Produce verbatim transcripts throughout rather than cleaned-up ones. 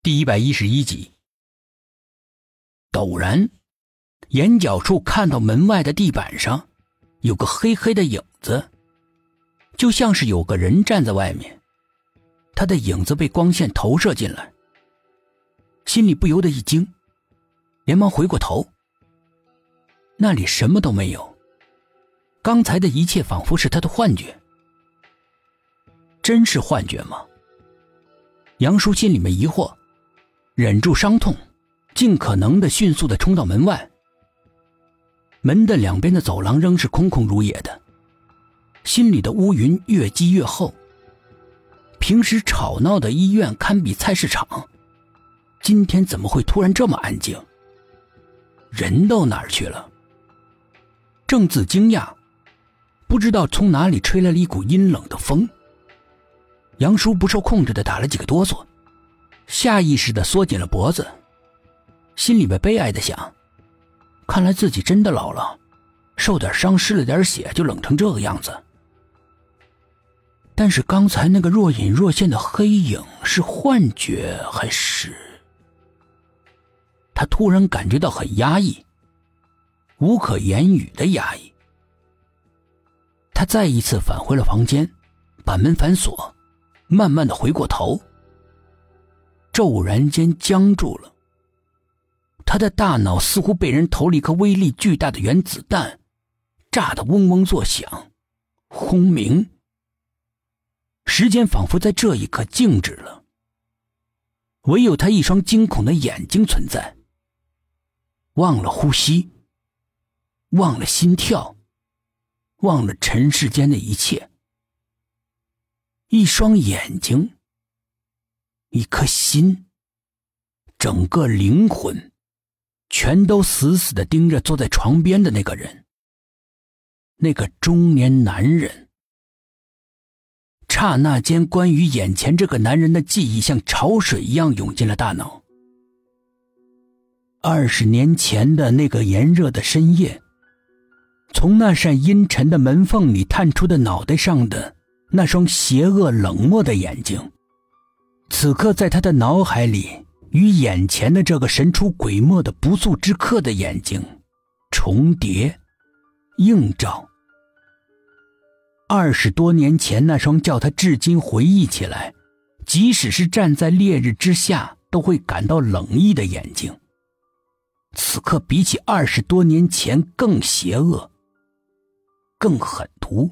第一百一十一集。陡然，眼角处看到门外的地板上有个黑黑的影子，就像是有个人站在外面，他的影子被光线投射进来，心里不由得一惊，连忙回过头，那里什么都没有，刚才的一切仿佛是他的幻觉。真是幻觉吗？杨叔心里面疑惑，忍住伤痛，尽可能的迅速的冲到门外。门的两边的走廊仍是空空如也的，心里的乌云越积越厚。平时吵闹的医院堪比菜市场，今天怎么会突然这么安静？人都哪儿去了？正自惊讶，不知道从哪里吹来了一股阴冷的风。杨叔不受控制地打了几个哆嗦，下意识地缩紧了脖子，心里边悲哀地想，看来自己真的老了，受点伤失了点血就冷成这个样子。但是刚才那个若隐若现的黑影是幻觉还是……他突然感觉到很压抑，无可言语的压抑。他再一次返回了房间，把门反锁，慢慢的回过头，骤然间僵住了。他的大脑似乎被人投了一颗威力巨大的原子弹，炸得嗡嗡作响，轰鸣。时间仿佛在这一刻静止了，唯有他一双惊恐的眼睛存在。忘了呼吸，忘了心跳，忘了尘世间的一切。一双眼睛，一颗心，整个灵魂全都死死地盯着坐在床边的那个人，那个中年男人。刹那间，关于眼前这个男人的记忆像潮水一样涌进了大脑。二十年前的那个炎热的深夜，从那扇阴沉的门缝里探出的脑袋上的那双邪恶冷漠的眼睛，此刻在他的脑海里与眼前的这个神出鬼没的不速之客的眼睛重叠映照。二十多年前那双叫他至今回忆起来，即使是站在烈日之下都会感到冷意的眼睛，此刻比起二十多年前更邪恶，更狠毒。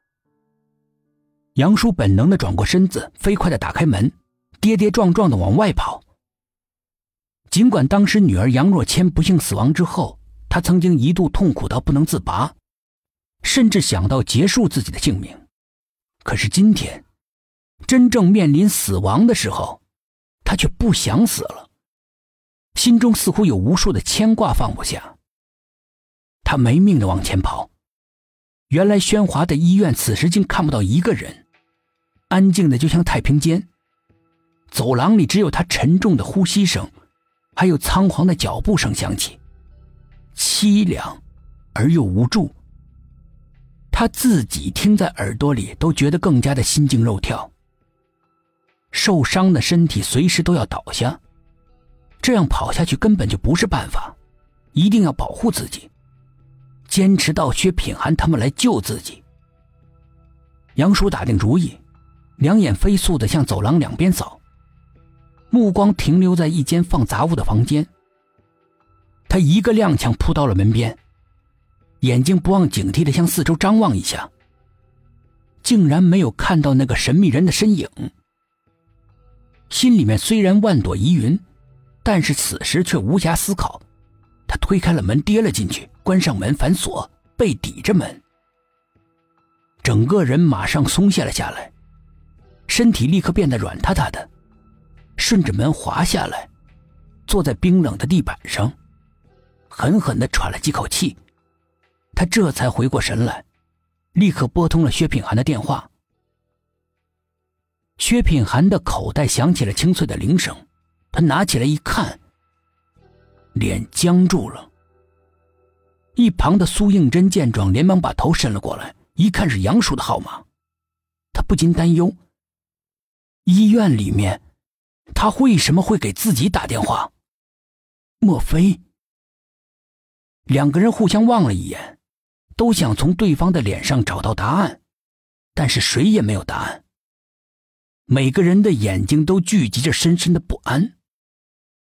杨叔本能地转过身子，飞快地打开门，跌跌撞撞地往外跑。尽管当时女儿杨若谦不幸死亡之后，他曾经一度痛苦到不能自拔，甚至想到结束自己的性命，可是今天真正面临死亡的时候，他却不想死了，心中似乎有无数的牵挂放不下。他没命地往前跑，原来喧哗的医院此时竟看不到一个人，安静的就像太平间。走廊里只有他沉重的呼吸声，还有仓皇的脚步声响起，凄凉而又无助。他自己听在耳朵里都觉得更加的心惊肉跳。受伤的身体随时都要倒下，这样跑下去根本就不是办法，一定要保护自己，坚持到薛品涵他们来救自己。杨叔打定主意，两眼飞速地向走廊两边扫，目光停留在一间放杂物的房间。他一个踉跄扑到了门边，眼睛不忘警惕地向四周张望一下，竟然没有看到那个神秘人的身影。心里面虽然万朵疑云，但是此时却无暇思考。他推开了门，跌了进去，关上门反锁，背抵着门，整个人马上松懈了下来，身体立刻变得软塌塌的，顺着门滑下来，坐在冰冷的地板上，狠狠地喘了几口气。他这才回过神来，立刻拨通了薛品涵的电话。薛品涵的口袋响起了清脆的铃声，他拿起来一看，脸僵住了。一旁的苏应真见状，连忙把头伸了过来，一看是杨叔的号码，他不禁担忧，医院里面他为什么会给自己打电话？莫非……两个人互相望了一眼，都想从对方的脸上找到答案，但是谁也没有答案。每个人的眼睛都聚集着深深的不安。